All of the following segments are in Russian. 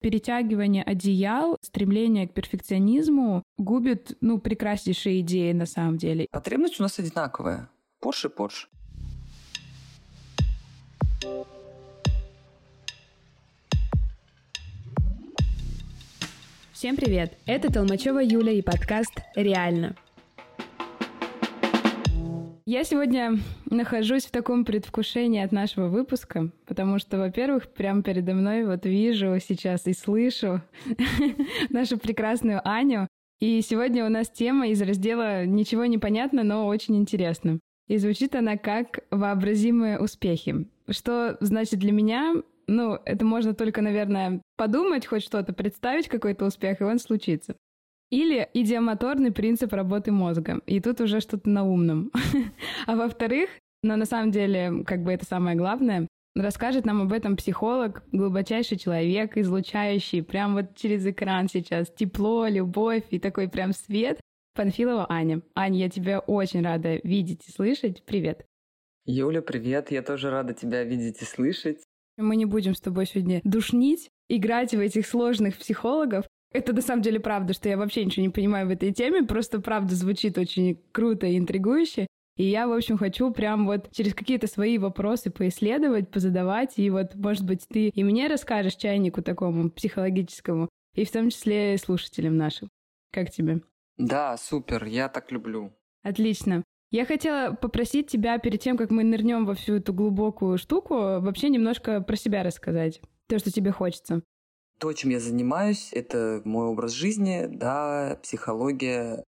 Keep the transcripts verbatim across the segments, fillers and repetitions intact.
перетягивание одеял, стремление к перфекционизму губит, ну, прекраснейшие идеи на самом деле. Потребность у нас одинаковая. Порш и Порш. Всем привет! Это Толмачева Юля и подкаст «Реально». Я сегодня нахожусь в таком предвкушении от нашего выпуска, потому что, во-первых, прямо передо мной вот вижу сейчас и слышу нашу прекрасную Аню. И сегодня у нас тема из раздела «Ничего не понятно, но очень интересно». И звучит она как «Вообразимые успехи». Что значит для меня? Ну, это можно только, наверное, подумать, хоть что-то, представить какой-то успех, и он случится. Или идиомоторный принцип работы мозга. И тут уже что-то на умном. А во-вторых, но на самом деле, как бы это самое главное, расскажет нам об этом психолог, глубочайший человек, излучающий прям вот через экран сейчас тепло, любовь и такой прям свет. Панфилова Аня. Аня, я тебя очень рада видеть и слышать. Привет. Юля, привет. Я тоже рада тебя видеть и слышать. Мы не будем с тобой сегодня душнить, играть в этих сложных психологов. Это на самом деле правда, что я вообще ничего не понимаю в этой теме, просто правда звучит очень круто и интригующе. И я, в общем, хочу прям вот через какие-то свои вопросы поисследовать, позадавать, и вот, может быть, ты и мне расскажешь, чайнику такому психологическому, и в том числе слушателям нашим. Как тебе? Да, супер, я так люблю. Отлично. Я хотела попросить тебя перед тем, как мы нырнем во всю эту глубокую штуку, вообще немножко про себя рассказать, то, что тебе хочется. То, чем я занимаюсь, это мой образ жизни, да, психология,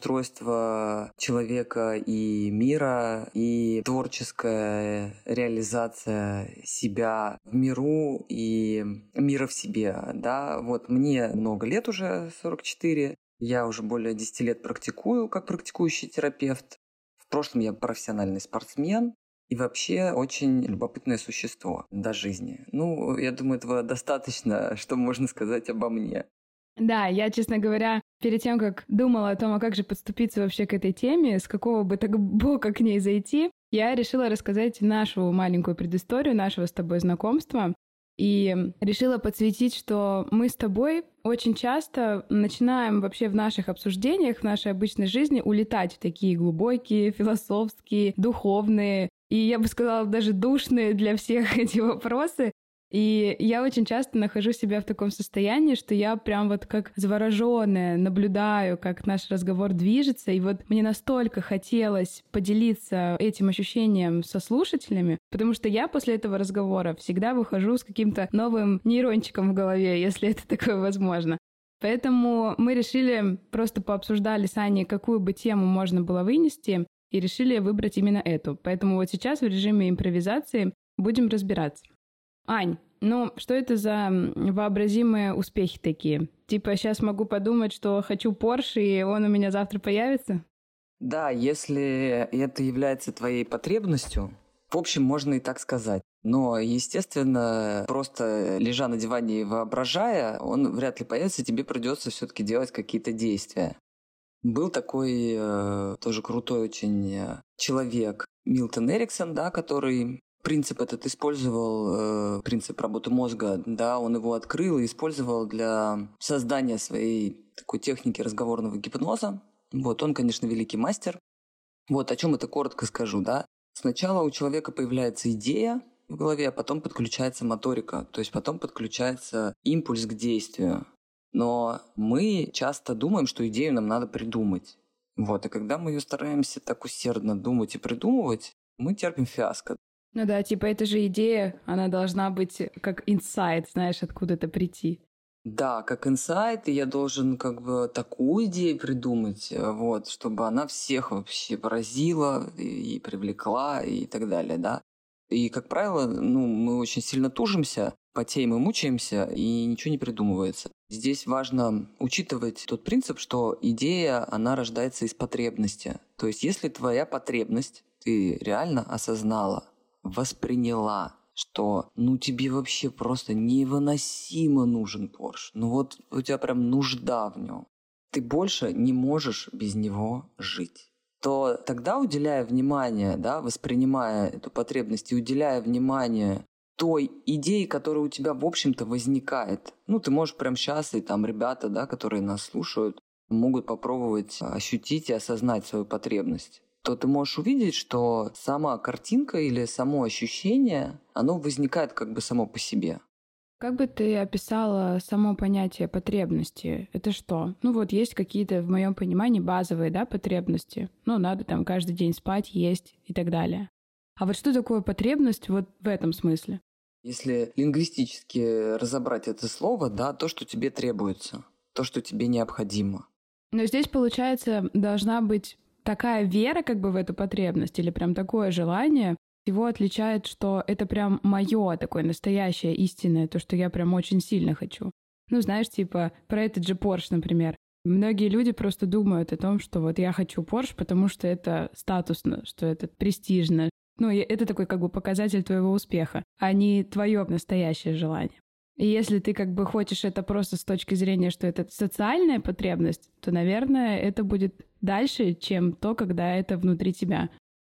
устройство человека и мира, и творческая реализация себя в миру и мира в себе, да. Вот мне много лет уже, сорок четыре, я уже более десять лет практикую как практикующий терапевт. В прошлом я профессиональный спортсмен. И вообще очень любопытное существо до жизни. Ну, я думаю, этого достаточно, что можно сказать обо мне. Да, я, честно говоря, перед тем, как думала о том, а как же подступиться вообще к этой теме, с какого бы так бока к ней зайти, я решила рассказать нашу маленькую предысторию нашего с тобой знакомства. И решила подсветить, что мы с тобой очень часто начинаем вообще в наших обсуждениях, в нашей обычной жизни улетать в такие глубокие, философские, духовные, и я бы сказала, даже душные для всех эти вопросы. И я очень часто нахожу себя в таком состоянии, что я прям вот как заворожённая наблюдаю, как наш разговор движется. И вот мне настолько хотелось поделиться этим ощущением со слушателями, потому что я после этого разговора всегда выхожу с каким-то новым нейрончиком в голове, если это такое возможно. Поэтому мы решили, просто пообсуждали с Аней, какую бы тему можно было вынести, и решили выбрать именно эту. Поэтому вот сейчас в режиме импровизации будем разбираться. Ань, ну что это за вообразимые успехи такие? Типа сейчас могу подумать, что хочу Порш, и он у меня завтра появится? Да, если это является твоей потребностью, в общем, можно и так сказать. Но, естественно, просто лежа на диване и воображая, он вряд ли появится, тебе придется все-таки делать какие-то действия. Был такой э, тоже крутой очень э, человек Милтон Эриксон, да, который принцип этот использовал, э, принцип работы мозга, да, он его открыл и использовал для создания своей такой техники разговорного гипноза. Вот, он, конечно, великий мастер. Вот, о чем это коротко скажу, да. Сначала у человека появляется идея в голове, а потом подключается моторика, то есть потом подключается импульс к действию. Но мы часто думаем, что идею нам надо придумать. Вот, и когда мы ее стараемся так усердно думать и придумывать, мы терпим фиаско. Ну да, типа это же идея, она должна быть как инсайт, знаешь, откуда-то прийти. Да, как инсайт, и я должен как бы такую идею придумать, вот, чтобы она всех вообще поразила и, и привлекла и так далее, да. И, как правило, ну, мы очень сильно тужимся, потеем и мучаемся, и ничего не придумывается. Здесь важно учитывать тот принцип, что идея, она рождается из потребности. То есть, если твоя потребность, ты реально осознала, восприняла, что ну тебе вообще просто невыносимо нужен Порш, ну вот у тебя прям нужда в нем, ты больше не можешь без него жить, то тогда, уделяя внимание, да, воспринимая эту потребность и уделяя внимание той идеи, которая у тебя, в общем-то, возникает. Ну, ты можешь прямо сейчас, и там ребята, да, которые нас слушают, могут попробовать ощутить и осознать свою потребность. То ты можешь увидеть, что сама картинка или само ощущение, оно возникает как бы само по себе. Как бы ты описала само понятие потребности? Это что? Ну вот есть какие-то, в моем понимании, базовые, да, потребности. Ну, надо там каждый день спать, есть и так далее. А вот что такое потребность вот в этом смысле? Если лингвистически разобрать это слово, да, то, что тебе требуется, то, что тебе необходимо. Но здесь, получается, должна быть такая вера как бы в эту потребность или прям такое желание. Его отличает, что это прям мое такое настоящее, истинное, то, что я прям очень сильно хочу. Ну, знаешь, типа про этот же Porsche, например. Многие люди просто думают о том, что вот я хочу Porsche, потому что это статусно, что это престижно. Ну, это такой как бы показатель твоего успеха, а не твое настоящее желание. И если ты как бы хочешь это просто с точки зрения, что это социальная потребность, то, наверное, это будет дальше, чем то, когда это внутри тебя.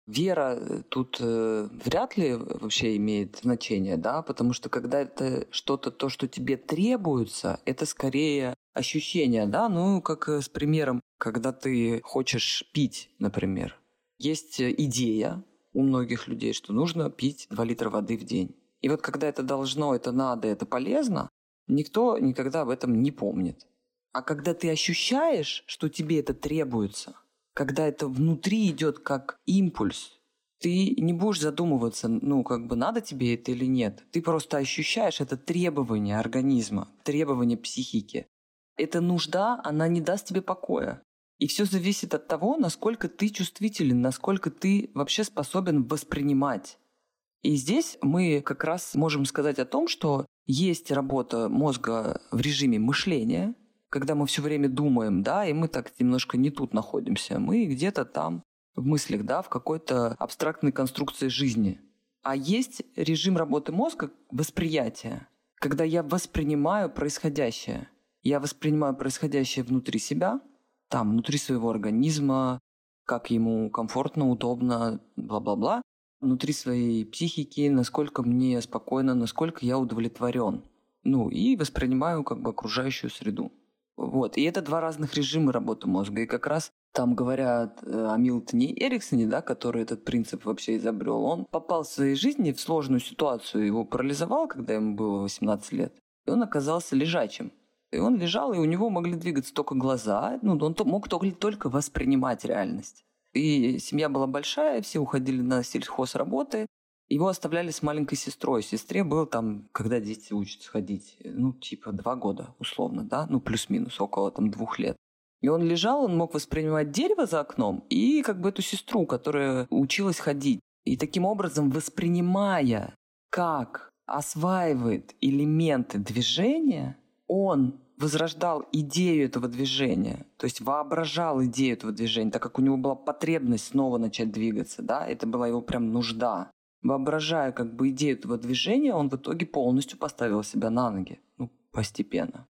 Вера тут э, вряд ли вообще имеет значение, да, потому что когда это что-то, то, что тебе требуется, это скорее ощущение, да, ну, как с примером, когда ты хочешь пить, например. Есть идея у многих людей, что нужно пить два литра воды в день. И вот когда это должно, это надо, это полезно, никто никогда об этом не помнит. А когда ты ощущаешь, что тебе это требуется, когда это внутри идет как импульс, ты не будешь задумываться, ну, как бы надо тебе это или нет. Ты просто ощущаешь это требование организма, требование психики. Эта нужда, она не даст тебе покоя. И все зависит от того, насколько ты чувствителен, насколько ты вообще способен воспринимать. И здесь мы как раз можем сказать о том, что есть работа мозга в режиме мышления, когда мы все время думаем, да, и мы так немножко не тут находимся. Мы где-то там в мыслях, да, в какой-то абстрактной конструкции жизни. А есть режим работы мозга восприятия, когда я воспринимаю происходящее. Я воспринимаю происходящее внутри себя, там, внутри своего организма, как ему комфортно, удобно, бла-бла-бла, внутри своей психики, насколько мне спокойно, насколько я удовлетворен. Ну, и воспринимаю как бы окружающую среду. Вот. И это два разных режима работы мозга. И как раз там говорят о Милтоне Эриксоне, да, который этот принцип вообще изобрел. Он попал в своей жизни в сложную ситуацию. Его парализовал, когда ему было восемнадцать лет. И он оказался лежачим. И он лежал, и у него могли двигаться только глаза. Ну, он мог только воспринимать реальность. И семья была большая, все уходили на сельхозработы. Его оставляли с маленькой сестрой. Сестре было там, когда дети учатся ходить, ну, типа два года, условно, да, ну, плюс-минус, около там двух лет. И он лежал, он мог воспринимать дерево за окном и как бы эту сестру, которая училась ходить. И таким образом, воспринимая, как осваивает элементы движения, он возрождал идею этого движения, то есть воображал идею этого движения, так как у него была потребность снова начать двигаться, да, это была его прям нужда. Воображая как бы идею этого движения, он в итоге полностью поставил себя на ноги, ну, постепенно.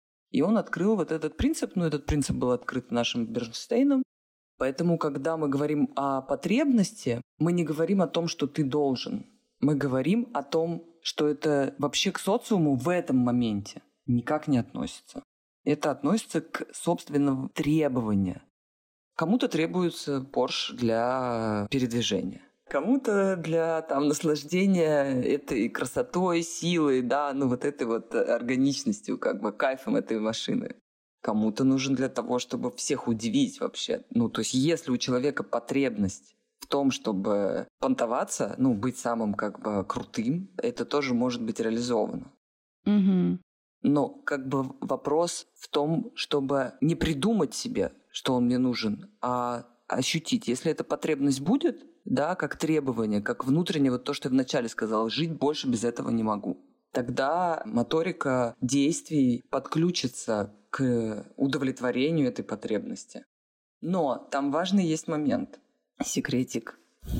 И он открыл вот этот принцип, ну, этот принцип был открыт нашим Бернштейном, поэтому, когда мы говорим о потребности, мы не говорим о том, что ты должен, мы говорим о том, что это вообще к социуму в этом моменте никак не относится. Это относится к собственному требованию. Кому-то требуется Porsche для передвижения. Кому-то для там, наслаждения этой красотой, силой, да, ну вот этой вот органичностью, как бы кайфом этой машины. Кому-то нужен для того, чтобы всех удивить вообще. Ну, то есть если у человека потребность в том, чтобы понтоваться, ну, быть самым как бы крутым, это тоже может быть реализовано. Угу. Но как бы вопрос в том, чтобы не придумать себе, что он мне нужен, а ощутить. Если эта потребность будет, да, как требование, как внутреннее, вот то, что я вначале сказала, жить больше без этого не могу. Тогда моторика действий подключится к удовлетворению этой потребности. Но там важный есть момент. Секретик.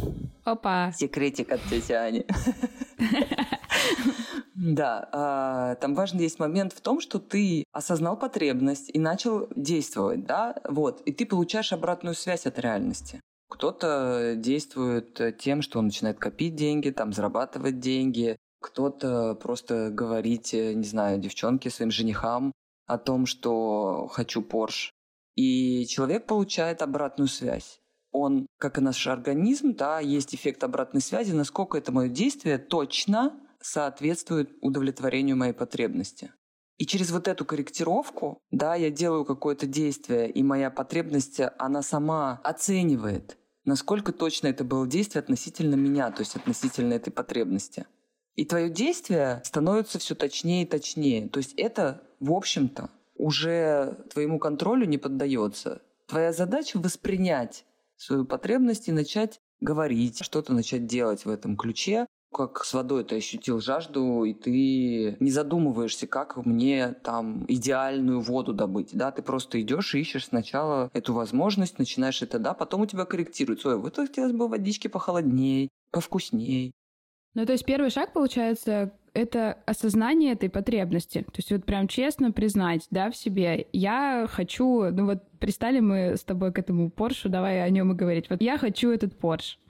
Опа! Секретик от тети Ани. Да, там важный есть момент в том, что ты осознал потребность и начал действовать, да, вот, и ты получаешь обратную связь от реальности. Кто-то действует тем, что он начинает копить деньги, там, зарабатывать деньги, Кто-то просто говорить, не знаю, девчонке, своим женихам о том, что хочу Порш. И человек получает обратную связь. Он, как и наш организм, да, есть эффект обратной связи, насколько это мое действие точно соответствует удовлетворению моей потребности. И через вот эту корректировку, да, я делаю какое-то действие, и моя потребность, она сама оценивает, насколько точно это было действие относительно меня, то есть относительно этой потребности. И твое действие становится все точнее и точнее. То есть это, в общем-то, уже твоему контролю не поддается. Твоя задача воспринять свою потребность и начать говорить, что-то начать делать в этом ключе. Как с водой ты ощутил жажду, и ты не задумываешься, как мне там идеальную воду добыть. Да? Ты просто идешь и ищешь сначала эту возможность, начинаешь это, да, потом у тебя корректируется. Ой, вот хотелось бы водички похолодней, повкусней. Ну, то есть первый шаг, получается, это осознание этой потребности. То есть вот прям честно признать, да, в себе. Я хочу... Ну вот пристали мы с тобой к этому Поршу, давай о нем и говорить. Вот я хочу этот Порш.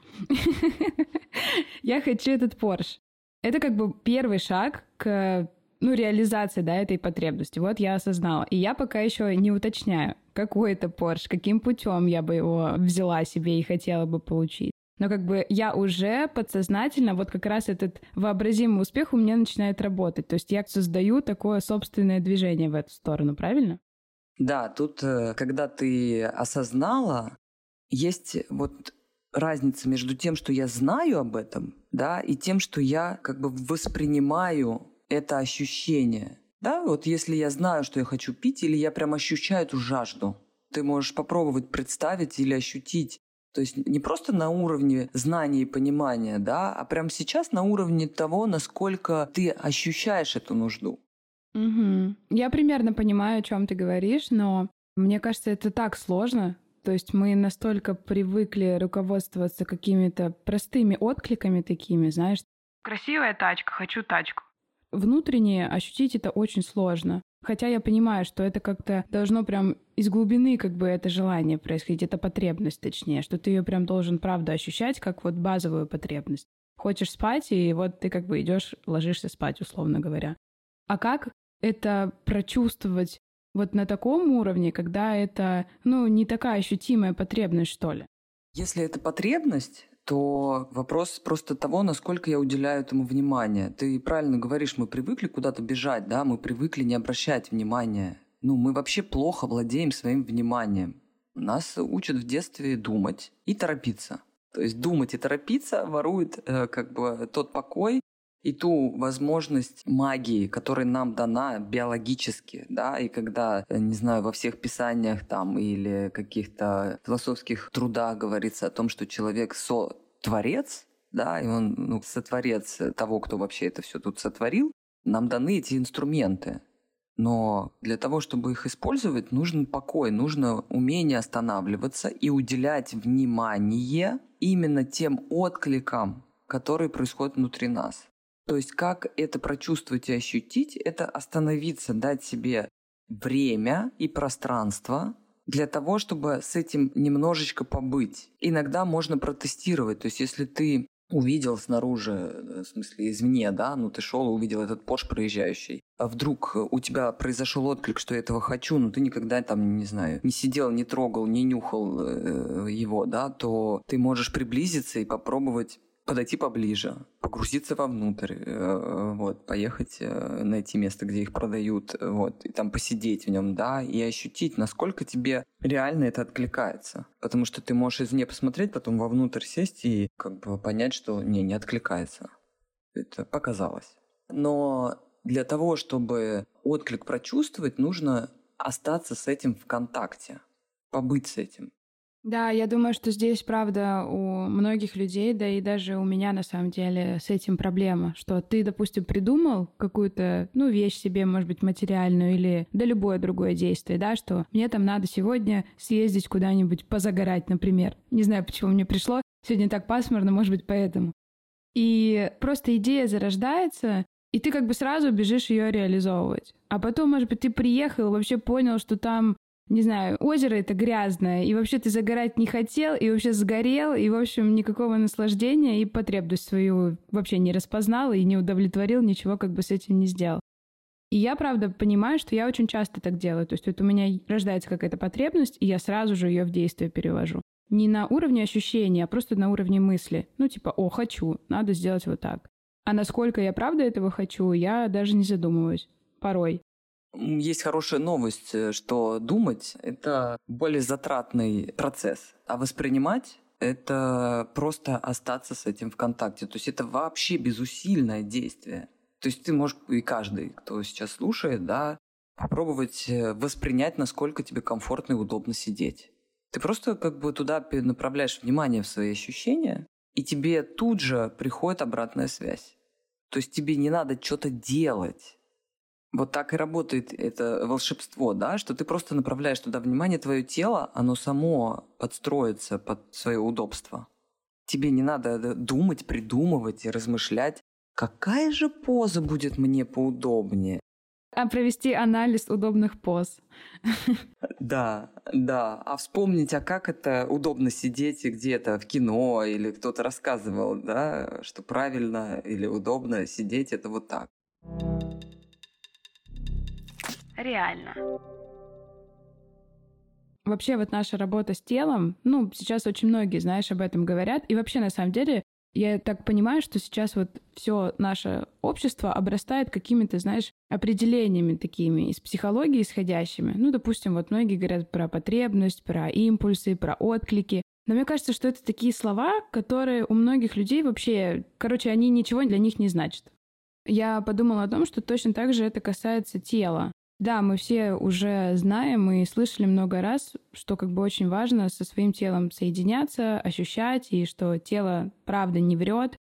Я хочу этот Порш. Это как бы первый шаг к, ну, реализации, да, этой потребности. Вот я осознала. И я пока еще не уточняю, какой это Порш, каким путем я бы его взяла себе и хотела бы получить. Но как бы я уже подсознательно, вот как раз этот вообразимый успех у меня начинает работать. То есть я создаю такое собственное движение в эту сторону, правильно? Да, тут, когда ты осознала, есть вот разница между тем, что я знаю об этом, да, и тем, что я как бы воспринимаю это ощущение. Да, вот если я знаю, что я хочу пить, или я прям ощущаю эту жажду, ты можешь попробовать представить или ощутить. То есть не просто на уровне знания и понимания, да, а прямо сейчас на уровне того, насколько ты ощущаешь эту нужду. Угу. Я примерно понимаю, о чем ты говоришь, но мне кажется, это так сложно. То есть мы настолько привыкли руководствоваться какими-то простыми откликами такими, знаешь. Красивая тачка, хочу тачку. Внутренне ощутить это очень сложно. Хотя я понимаю, что это как-то должно прям из глубины как бы это желание происходить, это потребность точнее, что ты ее прям должен правда ощущать как вот базовую потребность. Хочешь спать, и вот ты как бы идешь, ложишься спать, условно говоря. А как это прочувствовать вот на таком уровне, когда это, ну, не такая ощутимая потребность, что ли? Если это потребность, то вопрос просто того, насколько я уделяю этому внимание. Ты правильно говоришь, мы привыкли куда-то бежать, да, мы привыкли не обращать внимания. Ну, мы вообще плохо владеем своим вниманием. Нас учат в детстве думать и торопиться. То есть думать и торопиться ворует э, как бы тот покой и ту возможность магии, которая нам дана биологически, да, и когда, не знаю, во всех писаниях там или каких-то философских трудах говорится о том, что человек сотворец, да, и он, ну, сотворец того, кто вообще это все тут сотворил, нам даны эти инструменты. Но для того, чтобы их использовать, нужен покой, нужно умение останавливаться и уделять внимание именно тем откликам, которые происходят внутри нас. То есть как это прочувствовать и ощутить, это остановиться, дать себе время и пространство для того, чтобы с этим немножечко побыть. Иногда можно протестировать. То есть если ты увидел снаружи, в смысле извне, да, ну ты шел и увидел этот Порш проезжающий, а вдруг у тебя произошел отклик, что я этого хочу, но ты никогда там, не знаю, не сидел, не трогал, не нюхал э, его, да, то ты можешь приблизиться и попробовать подойти поближе, погрузиться вовнутрь, э, вот, поехать, э, найти место, где их продают, вот, и там посидеть в нем, да, и ощутить, насколько тебе реально это откликается. Потому что ты можешь извне посмотреть, потом вовнутрь сесть и как бы понять, что не, не откликается. Это показалось. Но для того, чтобы отклик прочувствовать, нужно остаться с этим в контакте, побыть с этим. Да, я думаю, что здесь, правда, у многих людей, да и даже у меня, на самом деле, с этим проблема, что ты, допустим, придумал какую-то, ну, вещь себе, может быть, материальную или да любое другое действие, да, что мне там надо сегодня съездить куда-нибудь позагорать, например. Не знаю, почему мне пришло, сегодня так пасмурно, может быть, поэтому. И просто идея зарождается, и ты как бы сразу бежишь ее реализовывать. А потом, может быть, ты приехал, вообще понял, что там не знаю, озеро это грязное, и вообще ты загорать не хотел, и вообще сгорел, и, в общем, никакого наслаждения, и потребность свою вообще не распознал, и не удовлетворил, ничего как бы с этим не сделал. И я, правда, понимаю, что я очень часто так делаю. То есть вот у меня рождается какая-то потребность, и я сразу же ее в действие перевожу. Не на уровне ощущения, а просто на уровне мысли. Ну, типа, о, хочу, надо сделать вот так. А насколько я правда этого хочу, я даже не задумываюсь. Порой. Есть хорошая новость, что думать — это более затратный процесс, а воспринимать — это просто остаться с этим в контакте. То есть это вообще безусильное действие. То есть ты можешь, и каждый, кто сейчас слушает, да, попробовать воспринять, насколько тебе комфортно и удобно сидеть. Ты просто как бы туда направляешь внимание в свои ощущения, и тебе тут же приходит обратная связь. То есть тебе не надо что-то делать. Вот так и работает это волшебство, да, что ты просто направляешь туда внимание, твое тело, оно само подстроится под свое удобство. Тебе не надо думать, придумывать и размышлять, какая же поза будет мне поудобнее. А провести анализ удобных поз. Да, да. А вспомнить, а как это удобно сидеть где-то в кино, или кто-то рассказывал, да, что правильно или удобно сидеть, это вот так. Реально. Вообще вот наша работа с телом, ну, сейчас очень многие, знаешь, об этом говорят. И вообще, на самом деле, я так понимаю, что сейчас вот все наше общество обрастает какими-то, знаешь, определениями такими из психологии исходящими. Ну, допустим, вот многие говорят про потребность, про импульсы, про отклики. Но мне кажется, что это такие слова, которые у многих людей вообще, короче, они ничего для них не значат. Я подумала о том, что точно так же это касается тела. Да, мы все уже знаем и слышали много раз, что как бы очень важно со своим телом соединяться, ощущать, и что тело правда не врет.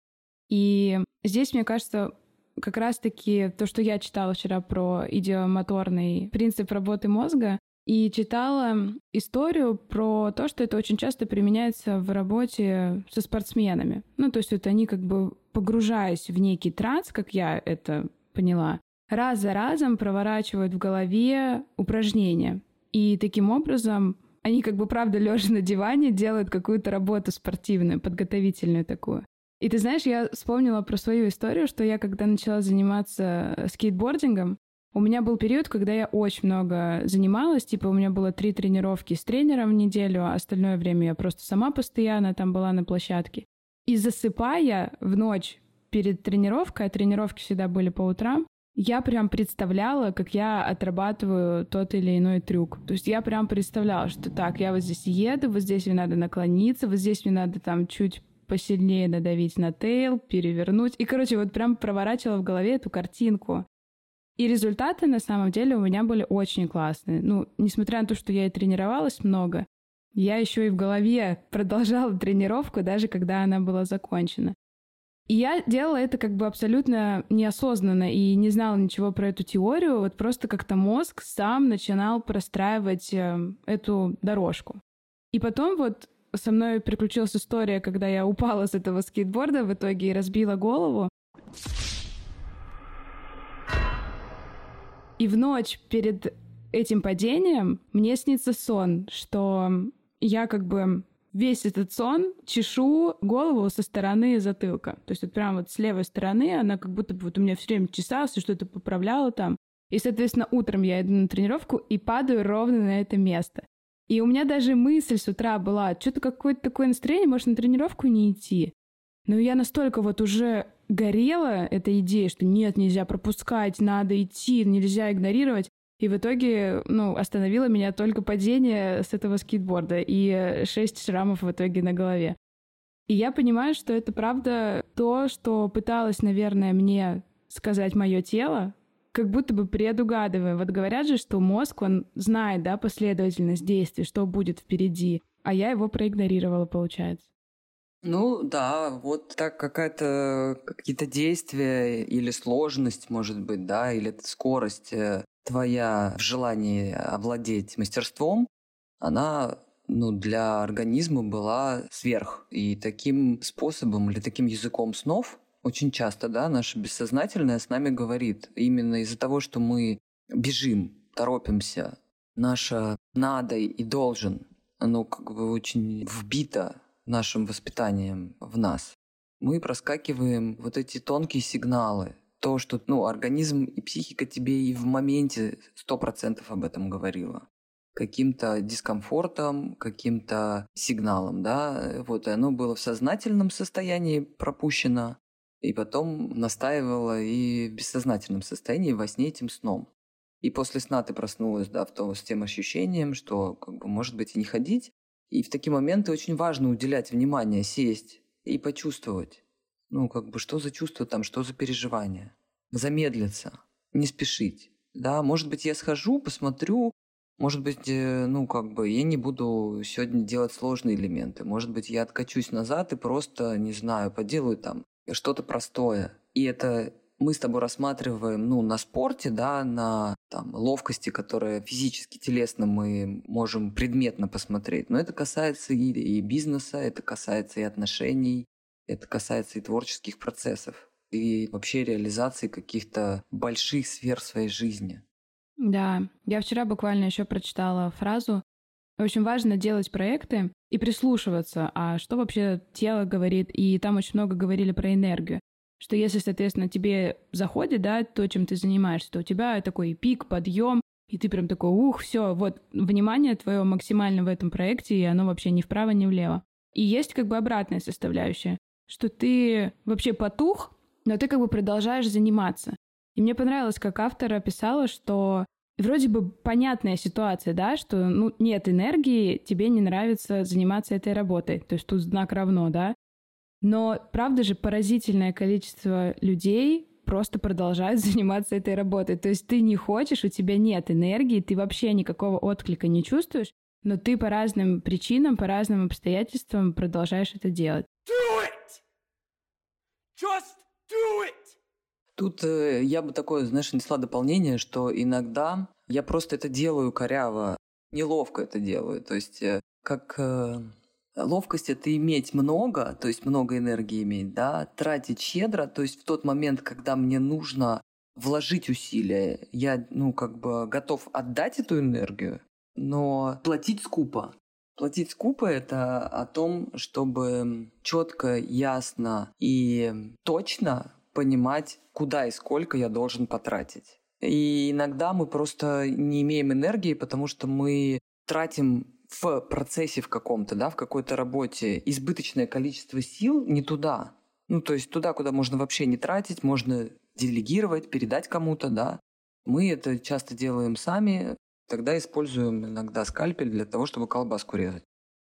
И здесь, мне кажется, как раз-таки то, что я читала вчера про идиомоторный принцип работы мозга, и читала историю про то, что это очень часто применяется в работе со спортсменами. Ну, то есть вот они как бы погружаясь в некий транс, как я это поняла, раз за разом проворачивают в голове упражнения. И таким образом они как бы, правда, лежа на диване, делают какую-то работу спортивную, подготовительную такую. И ты знаешь, я вспомнила про свою историю, что я, когда начала заниматься скейтбордингом, у меня был период, когда я очень много занималась, типа у меня было три тренировки с тренером в неделю, а остальное время я просто сама постоянно там была на площадке. И засыпая в ночь перед тренировкой, а тренировки всегда были по утрам, я прям представляла, как я отрабатываю тот или иной трюк. То есть я прям представляла, что так, я вот здесь еду, вот здесь мне надо наклониться, вот здесь мне надо там чуть посильнее надавить на тейл, перевернуть. И, короче, вот прям проворачивала в голове эту картинку. И результаты, на самом деле, у меня были очень классные. Ну, несмотря на то, что я и тренировалась много, я еще и в голове продолжала тренировку, даже когда она была закончена. И я делала это как бы абсолютно неосознанно и не знала ничего про эту теорию. Вот просто как-то мозг сам начинал простраивать э, эту дорожку. И потом вот со мной приключилась история, когда я упала с этого скейтборда в итоге и разбила голову. И в ночь перед этим падением мне снится сон, что я как бы весь этот сон чешу голову со стороны затылка. То есть вот прям вот с левой стороны она как будто бы вот у меня все время чесалась и что-то поправляла там. И, соответственно, утром я иду на тренировку и падаю ровно на это место. И у меня даже мысль с утра была, что-то какое-то такое настроение, может, на тренировку не идти. Но я настолько вот уже горела этой идеей, что нет, нельзя пропускать, надо идти, нельзя игнорировать. И в итоге, ну, остановило меня только падение с этого скейтборда и шесть шрамов в итоге на голове. И я понимаю, что это правда то, что пыталось, наверное, мне сказать мое тело, как будто бы предугадывая. Вот говорят же, что мозг, он знает, да, последовательность действий, что будет впереди, а я его проигнорировала, получается. Ну да, вот так какая-то, какие-то действия или сложность, может быть, да, или скорость твоя в желании овладеть мастерством, она, ну, для организма была сверх. И таким способом или таким языком снов очень часто, да, наше бессознательное с нами говорит. Именно из-за того, что мы бежим, торопимся, наше «надо» и «должен», оно как бы очень вбито нашим воспитанием в нас. Мы проскакиваем вот эти тонкие сигналы. То, что ну, организм и психика тебе и в моменте сто процентов об этом говорила. Каким-то дискомфортом, каким-то сигналом, да, вот, и оно было в сознательном состоянии пропущено, и потом настаивало и в бессознательном состоянии во сне этим сном. И после сна ты проснулась, да, в том, с тем ощущением, что, как бы, может быть, и не ходить. И в такие моменты очень важно уделять внимание, сесть и почувствовать. Ну, как бы, что за чувство там, что за переживание. Замедлиться, не спешить. Да, может быть, я схожу, посмотрю, может быть, ну, как бы, я не буду сегодня делать сложные элементы. Может быть, я откачусь назад и просто, не знаю, поделаю там что-то простое. И это мы с тобой рассматриваем, ну, на спорте, да, на там, ловкости, которые физически, телесно мы можем предметно посмотреть. Но это касается и, и бизнеса, это касается и отношений, это касается и творческих процессов, и вообще реализации каких-то больших сфер своей жизни. Да, я вчера буквально еще прочитала фразу. Очень важно делать проекты и прислушиваться, а что вообще тело говорит. И там очень много говорили про энергию. Что если, соответственно, тебе заходит, да, то, чем ты занимаешься, то у тебя такой пик, подъем, и ты прям такой, ух, все, вот внимание твое максимально в этом проекте, и оно вообще ни вправо, ни влево. И есть как бы обратная составляющая, что ты вообще потух, но ты как бы продолжаешь заниматься. И мне понравилось, как автор описала, что вроде бы понятная ситуация, да, что ну, нет энергии, тебе не нравится заниматься этой работой. То есть тут знак равно, да. Но, правда же, поразительное количество людей просто продолжают заниматься этой работой. То есть ты не хочешь, у тебя нет энергии, ты вообще никакого отклика не чувствуешь, но ты по разным причинам, по разным обстоятельствам продолжаешь это делать. Do it! Just do it! Тут э, я бы такое, знаешь, внесла дополнение, что иногда я просто это делаю коряво, неловко это делаю. То есть э, как э, ловкость — это иметь много, то есть много энергии иметь, да, тратить щедро, то есть в тот момент, когда мне нужно вложить усилия, я, ну, как бы готов отдать эту энергию, но платить скупо. Платить скупо — это о том, чтобы четко, ясно и точно понимать, куда и сколько я должен потратить. И иногда мы просто не имеем энергии, потому что мы тратим в процессе в каком-то, да, в какой-то работе избыточное количество сил не туда. Ну, то есть туда, куда можно вообще не тратить, можно делегировать, передать кому-то, да. Мы это часто делаем сами, тогда используем иногда скальпель для того, чтобы колбаску резать.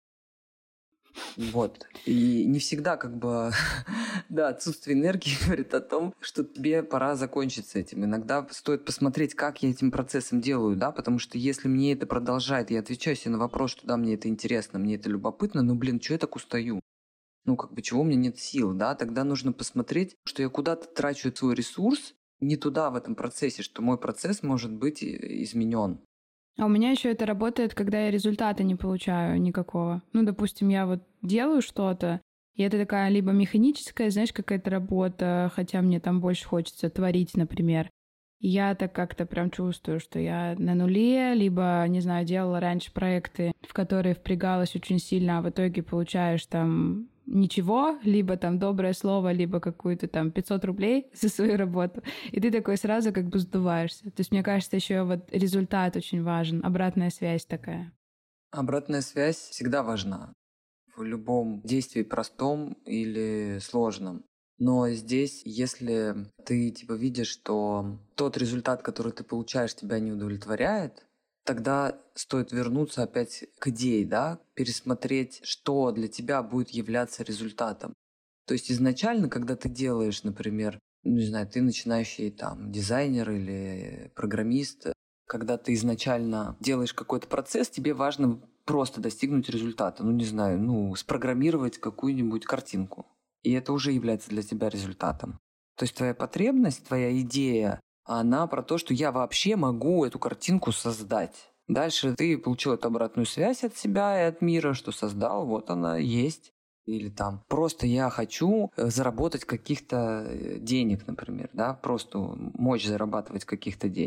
Вот. И не всегда как бы да, отсутствие энергии говорит о том, что тебе пора закончить с этим. Иногда стоит посмотреть, как я этим процессом делаю, да, потому что если мне это продолжает, я отвечаю себе на вопрос, что да, мне это интересно, мне это любопытно, ну, блин, что я так устаю? Ну, как бы, чего у меня нет сил, да? Тогда нужно посмотреть, что я куда-то трачу свой ресурс не туда в этом процессе, что мой процесс может быть изменен. А у меня еще это работает, когда я результата не получаю никакого. Ну, допустим, я вот делаю что-то, и это такая либо механическая, знаешь, какая-то работа, хотя мне там больше хочется творить, например. И я так как-то прям чувствую, что я на нуле, либо, не знаю, делала раньше проекты, в которые впрягалась очень сильно, а в итоге получаешь там ничего, либо там доброе слово, либо какую-то там пятьсот рублей за свою работу, и ты такой сразу как бы сдуваешься. То есть мне кажется, еще вот результат очень важен, обратная связь такая. Обратная связь всегда важна в любом действии, простом или сложном. Но здесь, если ты типа видишь, что тот результат, который ты получаешь, тебя не удовлетворяет, тогда стоит вернуться опять к идее, да, пересмотреть, что для тебя будет являться результатом. То есть изначально, когда ты делаешь, например, ну, не знаю, ты начинающий там дизайнер или программист, когда ты изначально делаешь какой-то процесс, тебе важно просто достигнуть результата. Ну, не знаю, ну, спрограммировать какую-нибудь картинку. И это уже является для тебя результатом. То есть твоя потребность, твоя идея, она про то, что я вообще могу эту картинку создать. Дальше ты получил эту обратную связь от себя и от мира, что создал, вот она есть. Или там просто я хочу заработать каких-то денег, например, да, просто мочь зарабатывать каких-то денег.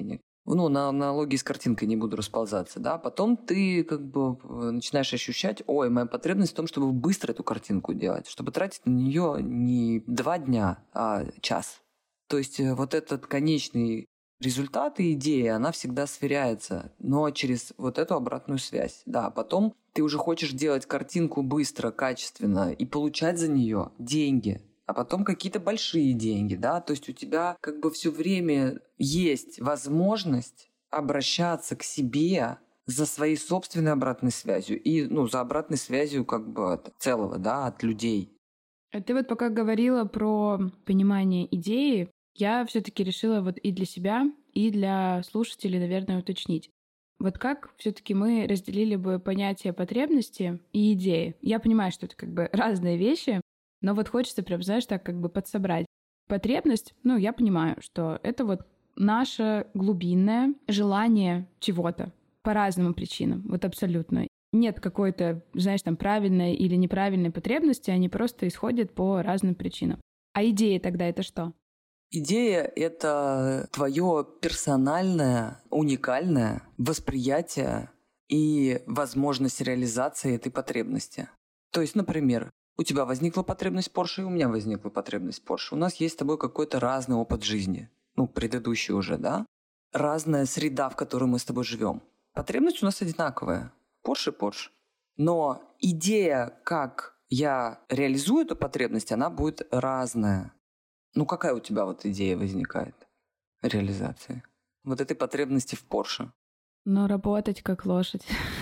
Ну, на аналогии с картинкой не буду расползаться, да. Потом ты как бы начинаешь ощущать, ой, моя потребность в том, чтобы быстро эту картинку делать, чтобы тратить на нее не два дня, а час. То есть вот этот конечный результат и идея, она всегда сверяется, но через вот эту обратную связь. Да, потом ты уже хочешь делать картинку быстро, качественно и получать за нее деньги, а потом какие-то большие деньги, да, то есть у тебя как бы все время есть возможность обращаться к себе за своей собственной обратной связью и, ну, за обратной связью как бы от целого, да, от людей. А ты вот пока говорила про понимание идеи, я все-таки решила вот и для себя, и для слушателей, наверное, уточнить. Вот как все-таки мы разделили бы понятие потребности и идеи? Я понимаю, что это как бы разные вещи, но вот хочется прям, знаешь, так как бы подсобрать. Потребность, ну, я понимаю, что это вот наше глубинное желание чего-то по разным причинам, вот абсолютно. Нет какой-то, знаешь, там правильной или неправильной потребности, они просто исходят по разным причинам. А идея тогда это что? Идея — это твое персональное, уникальное восприятие и возможность реализации этой потребности. То есть, например, у тебя возникла потребность в Porsche, и у меня возникла потребность в Porsche. У нас есть с тобой какой-то разный опыт жизни. Ну, предыдущий уже, да? Разная среда, в которой мы с тобой живем. Потребность у нас одинаковая. Porsche — Porsche. Но идея, как я реализую эту потребность, она будет разная. Ну, какая у тебя вот идея возникает реализации вот этой потребности в Porsche? Ну, работать как лошадь,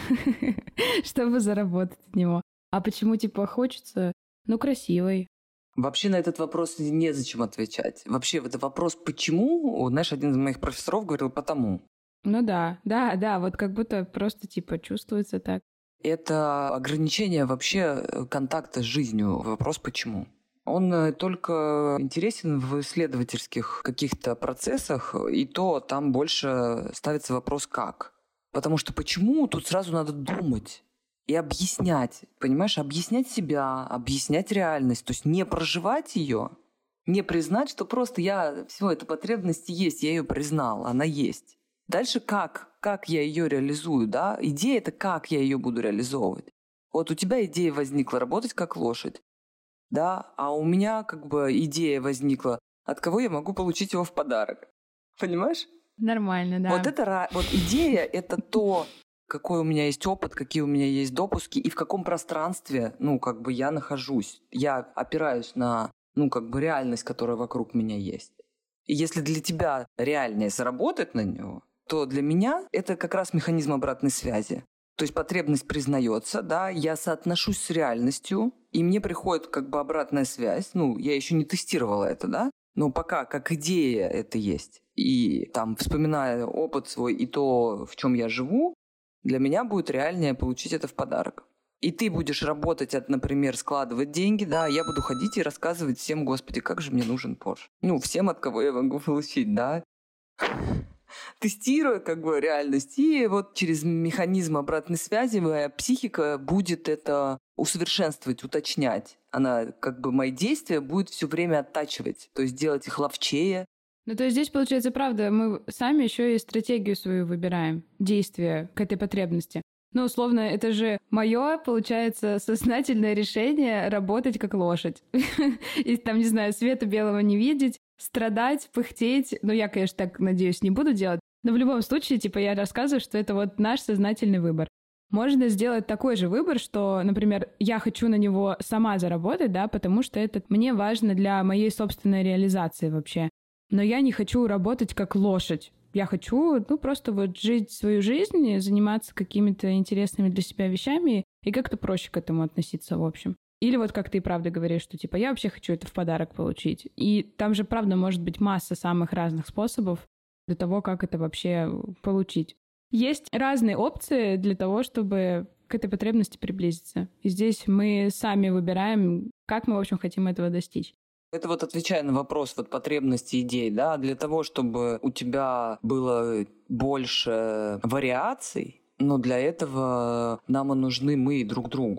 чтобы заработать от него. А почему, типа, хочется? Ну, красивый. Вообще на этот вопрос незачем отвечать. Вообще, это вопрос «почему?» Знаешь, один из моих профессоров говорил «потому». Ну да, да, да, вот как будто просто, типа, чувствуется так. Это ограничение вообще контакта с жизнью. Вопрос «почему?». Он только интересен в исследовательских каких-то процессах, и то там больше ставится вопрос «как?». Потому что почему тут сразу надо думать и объяснять, понимаешь, объяснять себя, объяснять реальность, то есть не проживать ее, не признать, что просто я, все, эта потребность есть, я ее признал, она есть. Дальше как? Как я ее реализую, да? Идея — это как я ее буду реализовывать. Вот у тебя идея возникла работать как лошадь. Да, а у меня как бы идея возникла, от кого я могу получить его в подарок. Понимаешь? Нормально, да. Вот это вот идея — это то, какой у меня есть опыт, какие у меня есть допуски и в каком пространстве, ну, как бы я нахожусь. Я опираюсь на, ну, как бы реальность, которая вокруг меня есть. И если для тебя реальнее заработать на него, то для меня это как раз механизм обратной связи. То есть потребность признается, да, я соотношусь с реальностью, и мне приходит как бы обратная связь. Ну, я еще не тестировала это, да, но пока как идея это есть. И там, вспоминая опыт свой и то, в чем я живу, для меня будет реальнее получить это в подарок. И ты будешь работать, от, например, складывать деньги, да, я буду ходить и рассказывать всем, господи, как же мне нужен Porsche. Ну, всем, от кого я могу получить, да. Тестируя как бы реальность, и вот через механизм обратной связи моя психика будет это усовершенствовать, уточнять. Она как бы мои действия будет все время оттачивать, то есть делать их ловчее. Ну, то есть здесь, получается, правда, мы сами еще и стратегию свою выбираем, действия к этой потребности. Ну, условно, это же мое, получается, сознательное решение работать как лошадь. И там, не знаю, света белого не видеть, страдать, пыхтеть. Ну, я, конечно, так, надеюсь, не буду делать. Но в любом случае, типа, я рассказываю, что это вот наш сознательный выбор. Можно сделать такой же выбор, что, например, я хочу на него сама заработать, да, потому что это мне важно для моей собственной реализации вообще. Но я не хочу работать как лошадь. Я хочу, ну, просто вот жить свою жизнь, заниматься какими-то интересными для себя вещами и как-то проще к этому относиться, в общем. Или вот как ты и правда говоришь, что типа я вообще хочу это в подарок получить. И там же, правда, может быть масса самых разных способов для того, как это вообще получить. Есть разные опции для того, чтобы к этой потребности приблизиться. И здесь мы сами выбираем, как мы, в общем, хотим этого достичь. Это вот отвечая на вопрос вот потребности идей, да, для того, чтобы у тебя было больше вариаций, но для этого нам и нужны мы друг другу.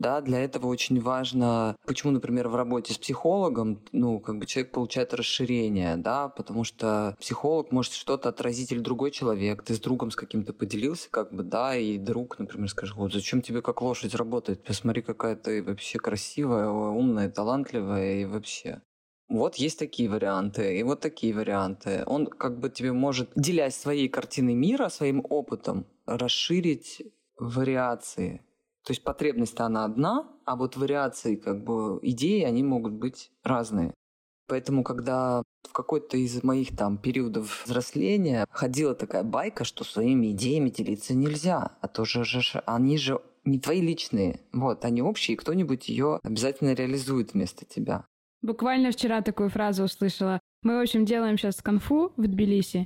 Да, для этого очень важно, почему, например, в работе с психологом, ну, как бы человек получает расширение, да, потому что психолог может что-то отразить или другой человек, ты с другом с каким-то поделился, как бы, да, и друг, например, скажет: вот зачем тебе как лошадь работает, посмотри, какая ты вообще красивая, умная, талантливая и вообще. Вот есть такие варианты, и вот такие варианты. Он как бы тебе может, делясь своей картиной мира, своим опытом, расширить вариации. То есть потребность-то она одна, а вот вариации, как бы идеи, они могут быть разные. Поэтому, когда в какой-то из моих там периодов взросления ходила такая байка, что своими идеями делиться нельзя, а то же, же они же не твои личные, вот, они общие, и кто-нибудь ее обязательно реализует вместо тебя. Буквально вчера такую фразу услышала. Мы, в общем, делаем сейчас конфу в Тбилиси,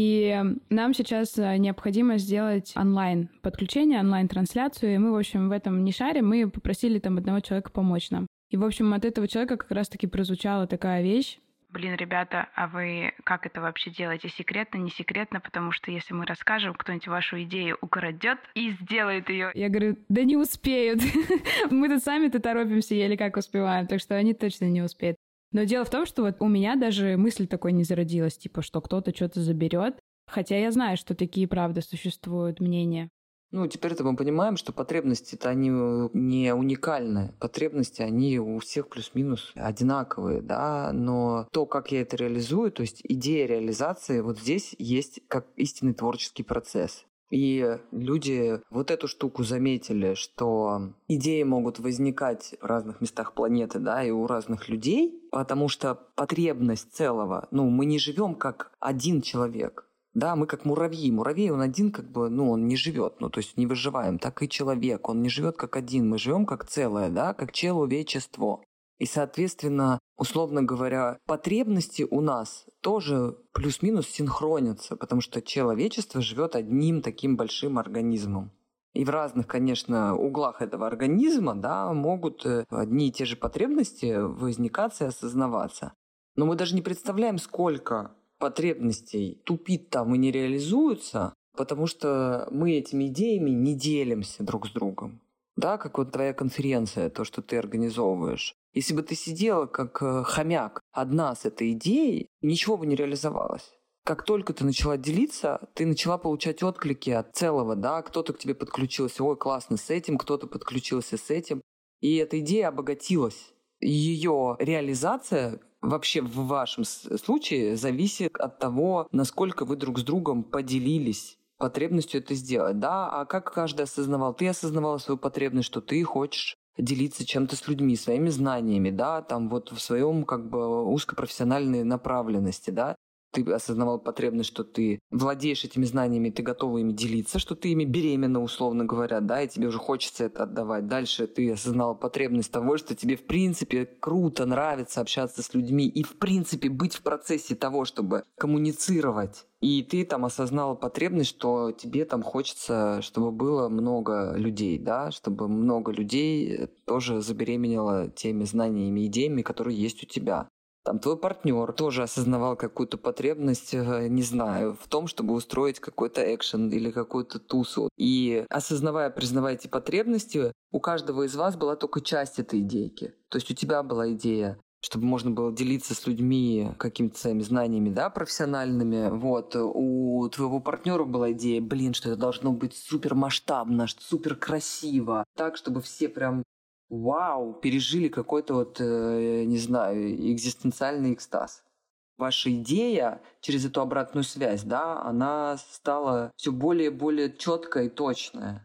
и нам сейчас необходимо сделать онлайн подключение, онлайн-трансляцию, и мы, в общем, в этом не шарим, мы попросили там одного человека помочь нам. И, в общем, от этого человека как раз-таки прозвучала такая вещь. Блин, ребята, а вы как это вообще делаете? Секретно, не секретно? Потому что если мы расскажем, кто-нибудь вашу идею украдет и сделает ее. Я говорю, да не успеют. Мы-то сами-то торопимся, еле как успеваем, так что они точно не успеют. Но дело в том, что вот у меня даже мысль такой не зародилась, типа, что кто-то что-то заберет. Хотя я знаю, что такие, правда, существуют мнения. Ну, теперь-то мы понимаем, что потребности-то они не уникальны. Потребности, они у всех плюс-минус одинаковые, да, но то, как я это реализую, то есть идея реализации, вот здесь есть как истинный творческий процесс. И люди вот эту штуку заметили, что идеи могут возникать в разных местах планеты, да, и у разных людей, потому что потребность целого, ну, мы не живем как один человек. Да, мы как муравьи. Муравей, он один, как бы, ну, он не живет, ну, то есть не выживаем. Так и человек, он не живет как один. Мы живем как целое, да, как человечество. И, соответственно, условно говоря, потребности у нас тоже плюс-минус синхронятся, потому что человечество живет одним таким большим организмом. И в разных, конечно, углах этого организма, да, могут одни и те же потребности возникаться и осознаваться. Но мы даже не представляем, сколько потребностей тупит там и не реализуются, потому что мы этими идеями не делимся друг с другом. Да, как вот твоя конференция, то, что ты организовываешь. Если бы ты сидела как хомяк одна с этой идеей, ничего бы не реализовалось. Как только ты начала делиться, ты начала получать отклики от целого, да, кто-то к тебе подключился, ой, классно с этим, кто-то подключился с этим, и эта идея обогатилась. Ее реализация вообще в вашем случае зависит от того, насколько вы друг с другом поделились потребностью это сделать, да, а как каждый осознавал? Ты осознавала свою потребность, что ты хочешь делиться чем-то с людьми, своими знаниями, да, там вот в своем как бы узкопрофессиональной направленности, да, ты осознавал потребность, что ты владеешь этими знаниями, ты готова ими делиться, что ты ими беременна, условно говоря, да, и тебе уже хочется это отдавать. Дальше ты осознала потребность того, что тебе в принципе круто нравится общаться с людьми и в принципе быть в процессе того, чтобы коммуницировать. И ты там осознала потребность, что тебе там хочется, чтобы было много людей, да, чтобы много людей тоже забеременело теми знаниями и идеями, которые есть у тебя. Там твой партнер тоже осознавал какую-то потребность, не знаю, в том, чтобы устроить какой-то экшен или какую-то тусу. И осознавая, признавая эти потребности, у каждого из вас была только часть этой идейки. То есть у тебя была идея, чтобы можно было делиться с людьми какими-то своими знаниями, да, профессиональными. Вот. У твоего партнера была идея, блин, что это должно быть супер масштабно, супер красиво, так, чтобы все прям вау, пережили какой-то вот, э, не знаю, экзистенциальный экстаз. Ваша идея через эту обратную связь, да, она стала все более и более четкая и точная.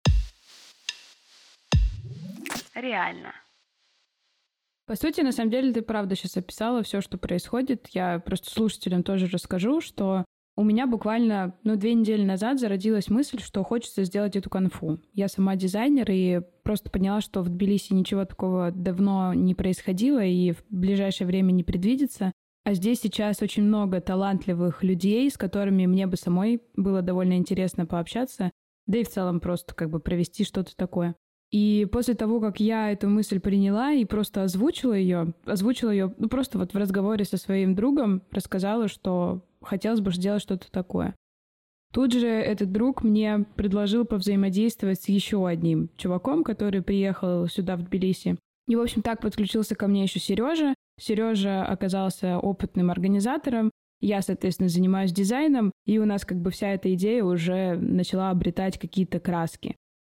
Реально. По сути, на самом деле, ты правда сейчас описала все, что происходит. Я просто слушателям тоже расскажу, что у меня буквально, ну, две недели назад зародилась мысль, что хочется сделать эту конфу. Я сама дизайнер и просто поняла, что в Тбилиси ничего такого давно не происходило и в ближайшее время не предвидится. А здесь сейчас очень много талантливых людей, с которыми мне бы самой было довольно интересно пообщаться, да и в целом просто как бы провести что-то такое. И после того, как я эту мысль приняла и просто озвучила ее, озвучила ее, ну, просто вот в разговоре со своим другом рассказала, что хотелось бы сделать что-то такое. Тут же этот друг мне предложил повзаимодействовать с еще одним чуваком, который приехал сюда, в Тбилиси. И, в общем, так подключился ко мне еще Сережа. Сережа оказался опытным организатором. Я, соответственно, занимаюсь дизайном, и у нас как бы вся эта идея уже начала обретать какие-то краски.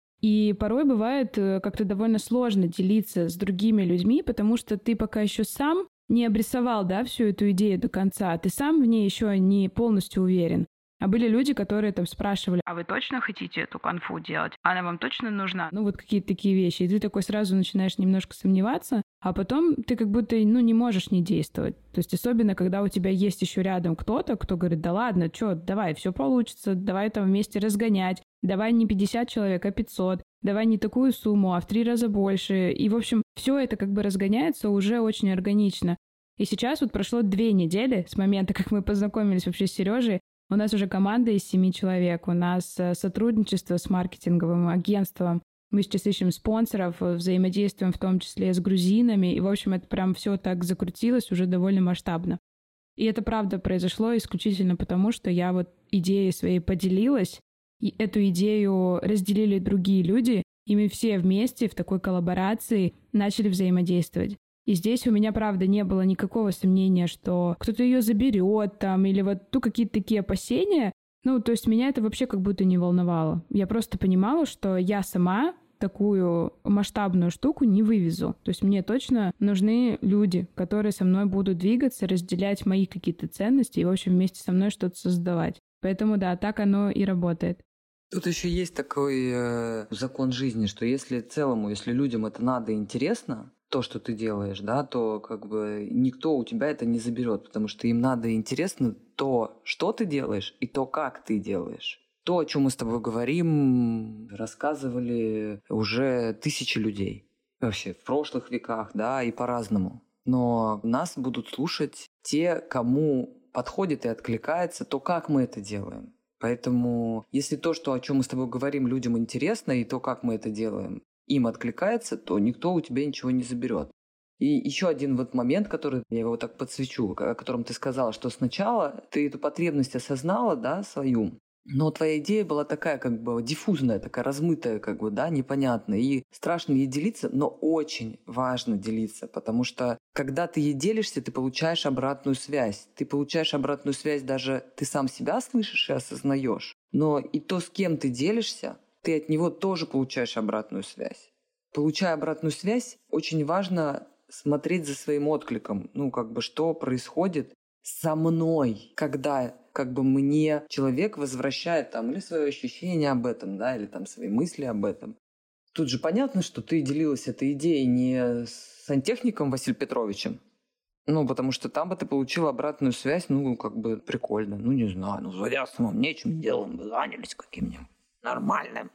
И порой бывает как-то довольно сложно делиться с другими людьми, потому что ты пока еще сам не обрисовал, да, всю эту идею до конца, ты сам в ней еще не полностью уверен. А были люди, которые там спрашивали: а вы точно хотите эту конфу делать? Она вам точно нужна? Ну, вот какие-то такие вещи. И ты такой сразу начинаешь немножко сомневаться, а потом ты как будто, ну, не можешь не действовать. То есть особенно, когда у тебя есть еще рядом кто-то, кто говорит: да ладно, что, давай, все получится, давай там вместе разгонять, давай не пятьдесят человек, а пятьсот, давай не такую сумму, а в три раза больше. И, в общем, все это как бы разгоняется уже очень органично. И сейчас вот прошло две недели с момента, как мы познакомились вообще с Сережей. У нас уже команда из семи человек, у нас сотрудничество с маркетинговым агентством, мы сейчас ищем спонсоров, взаимодействуем в том числе с грузинами, и, в общем, это прям все так закрутилось уже довольно масштабно. И это правда произошло исключительно потому, что я вот идеей своей поделилась, и эту идею разделили другие люди, и мы все вместе в такой коллаборации начали взаимодействовать. И здесь у меня, правда, не было никакого сомнения, что кто-то ее заберет там, или вот ну, какие-то такие опасения. Ну, то есть меня это вообще как будто не волновало. Я просто понимала, что я сама такую масштабную штуку не вывезу. То есть мне точно нужны люди, которые со мной будут двигаться, разделять мои какие-то ценности и, в общем, вместе со мной что-то создавать. Поэтому, да, так оно и работает. Тут еще есть такой э, закон жизни, что если целому, если людям это надо и интересно, то, что ты делаешь, да, то как бы никто у тебя это не заберет, потому что им надо и интересно то, что ты делаешь, и то, как ты делаешь. То, о чем мы с тобой говорим, рассказывали уже тысячи людей. Вообще в прошлых веках, да, и по-разному. Но нас будут слушать те, кому подходит и откликается то, как мы это делаем. Поэтому, если то, что, о чем мы с тобой говорим, людям интересно, и то, как мы это делаем, им откликается, то никто у тебя ничего не заберет. И еще один вот момент, который я его так подсвечу, о котором ты сказала, что сначала ты эту потребность осознала, да, свою, но твоя идея была такая, как бы диффузная, такая размытая, как бы, да, непонятная. И страшно ей делиться, но очень важно делиться, потому что когда ты ей делишься, ты получаешь обратную связь. Ты получаешь обратную связь, даже ты сам себя слышишь и осознаешь. Но и то, с кем ты делишься, ты от него тоже получаешь обратную связь. Получая обратную связь, очень важно смотреть за своим откликом. Ну, как бы, что происходит со мной, когда как бы мне человек возвращает там или свои ощущения об этом, да, или там свои мысли об этом. Тут же понятно, что ты делилась этой идеей не с сантехником Василием Петровичем, ну, потому что там бы ты получил обратную связь, ну, как бы прикольно, ну, не знаю, ну, с самым нечем делом бы занялись каким-нибудь нормальным.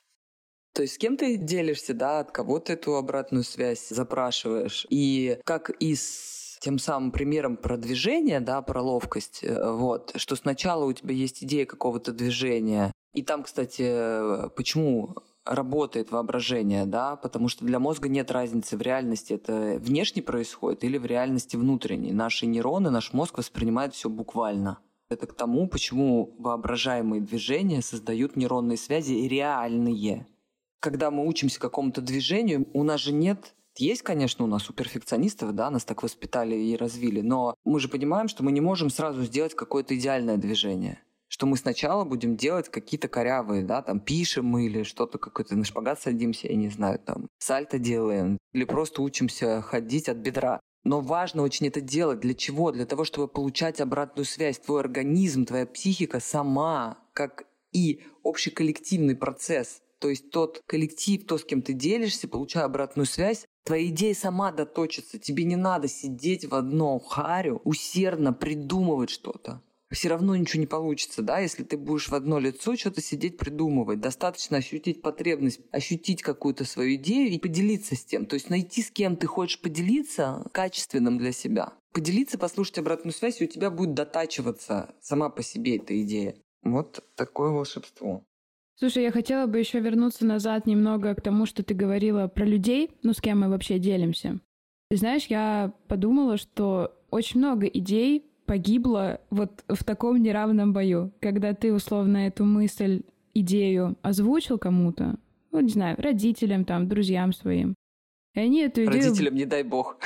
То есть с кем ты делишься, да, от кого ты эту обратную связь запрашиваешь. И как и с тем самым примером про движение, да, про ловкость, вот, что сначала у тебя есть идея какого-то движения. И там, кстати, почему работает воображение, да, потому что для мозга нет разницы в реальности, это внешне происходит или в реальности внутренней. Наши нейроны, наш мозг воспринимает все буквально. Это к тому, почему воображаемые движения создают нейронные связи реальные. Когда мы учимся какому-то движению, у нас же нет... Есть, конечно, у нас у перфекционистов, да, нас так воспитали и развили, но мы же понимаем, что мы не можем сразу сделать какое-то идеальное движение. Что мы сначала будем делать какие-то корявые, да, там пишем мы или что-то какое-то, на шпагат садимся, я не знаю, там сальто делаем, или просто учимся ходить от бедра. Но важно очень это делать. Для чего? Для того, чтобы получать обратную связь. Твой организм, твоя психика сама, как и общеколлективный процесс. То есть тот коллектив, то, с кем ты делишься, получая обратную связь, твоя идея сама доточится. Тебе не надо сидеть в одном харю, усердно придумывать что-то. Все равно ничего не получится, да, если ты будешь в одно лицо что-то сидеть придумывать. Достаточно ощутить потребность, ощутить какую-то свою идею и поделиться с тем. То есть найти, с кем ты хочешь поделиться, качественным для себя. Поделиться, послушать обратную связь, и у тебя будет дотачиваться сама по себе эта идея. Вот такое волшебство. Слушай, я хотела бы еще вернуться назад немного к тому, что ты говорила про людей, ну, с кем мы вообще делимся. Ты знаешь, я подумала, что очень много идей погибла вот в таком неравном бою, когда ты условно эту мысль, идею озвучил кому-то, ну, не знаю, родителям, там, друзьям своим, и они эту идею... Родителям не дай бог.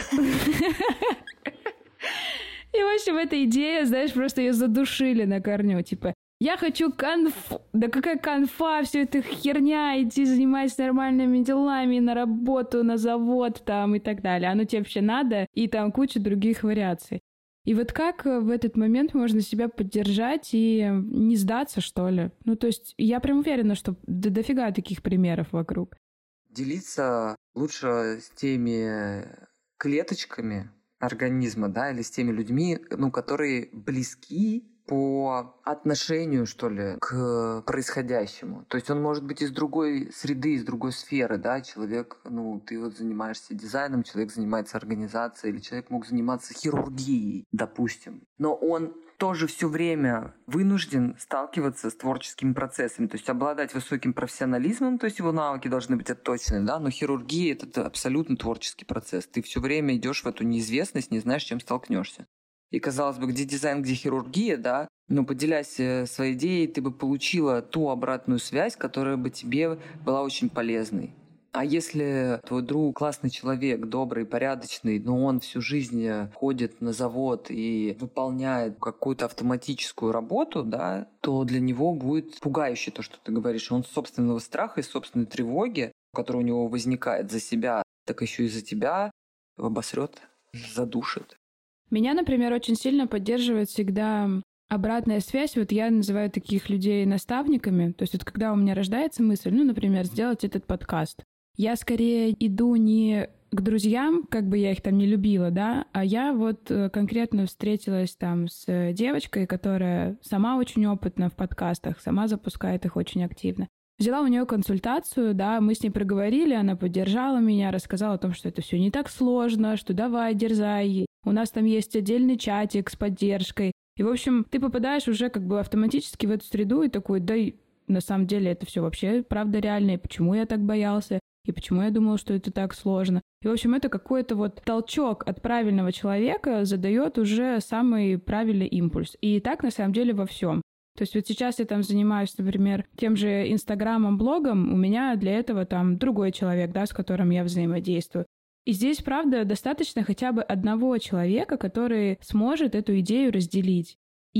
И, в общем, эта идея, знаешь, просто ее задушили на корню. Типа, я хочу конфу. Да какая конфа, все это херня, идти заниматься нормальными делами, на работу, на завод там и так далее. Оно тебе вообще надо? И там куча других вариаций. И вот как в этот момент можно себя поддержать и не сдаться, что ли? Ну, то есть я прям уверена, что до дофига таких примеров вокруг. Делиться лучше с теми клеточками организма, да, или с теми людьми, ну, которые близки по отношению, что ли, к происходящему. То есть он может быть из другой среды, из другой сферы, да, человек, ну, ты вот занимаешься дизайном, человек занимается организацией, или человек мог заниматься хирургией, допустим. Но он тоже все время вынужден сталкиваться с творческими процессами, то есть обладать высоким профессионализмом, то есть его навыки должны быть отточены, да, но хирургия — это абсолютно творческий процесс. Ты все время идешь в эту неизвестность, не знаешь, с чем столкнешься. И, казалось бы, где дизайн, где хирургия, да, но поделясь своей идеей, ты бы получила ту обратную связь, которая бы тебе была очень полезной. А если твой друг классный человек, добрый, порядочный, но он всю жизнь ходит на завод и выполняет какую-то автоматическую работу, да, то для него будет пугающе то, что ты говоришь. Он собственного страха и собственной тревоги, которая у него возникает за себя, так еще и за тебя, обосрет, задушит. Меня, например, очень сильно поддерживает всегда обратная связь. Вот я называю таких людей наставниками. То есть вот когда у меня рождается мысль, ну, например, сделать этот подкаст, я скорее иду не к друзьям, как бы я их там не любила, да, а я вот конкретно встретилась там с девочкой, которая сама очень опытна в подкастах, сама запускает их очень активно. Взяла у нее консультацию, да, мы с ней проговорили, она поддержала меня, рассказала о том, что это все не так сложно, что давай, дерзай, у нас там есть отдельный чатик с поддержкой. И, в общем, ты попадаешь уже как бы автоматически в эту среду и такой, да, на самом деле это все вообще правда реально, и почему я так боялся, и почему я думал, что это так сложно. И, в общем, это какой-то вот толчок от правильного человека задает уже самый правильный импульс. И так, на самом деле, во всем. То есть вот сейчас я там занимаюсь, например, тем же Инстаграмом, блогом, у меня для этого там другой человек, да, с которым я взаимодействую. И здесь, правда, достаточно хотя бы одного человека, который сможет эту идею разделить.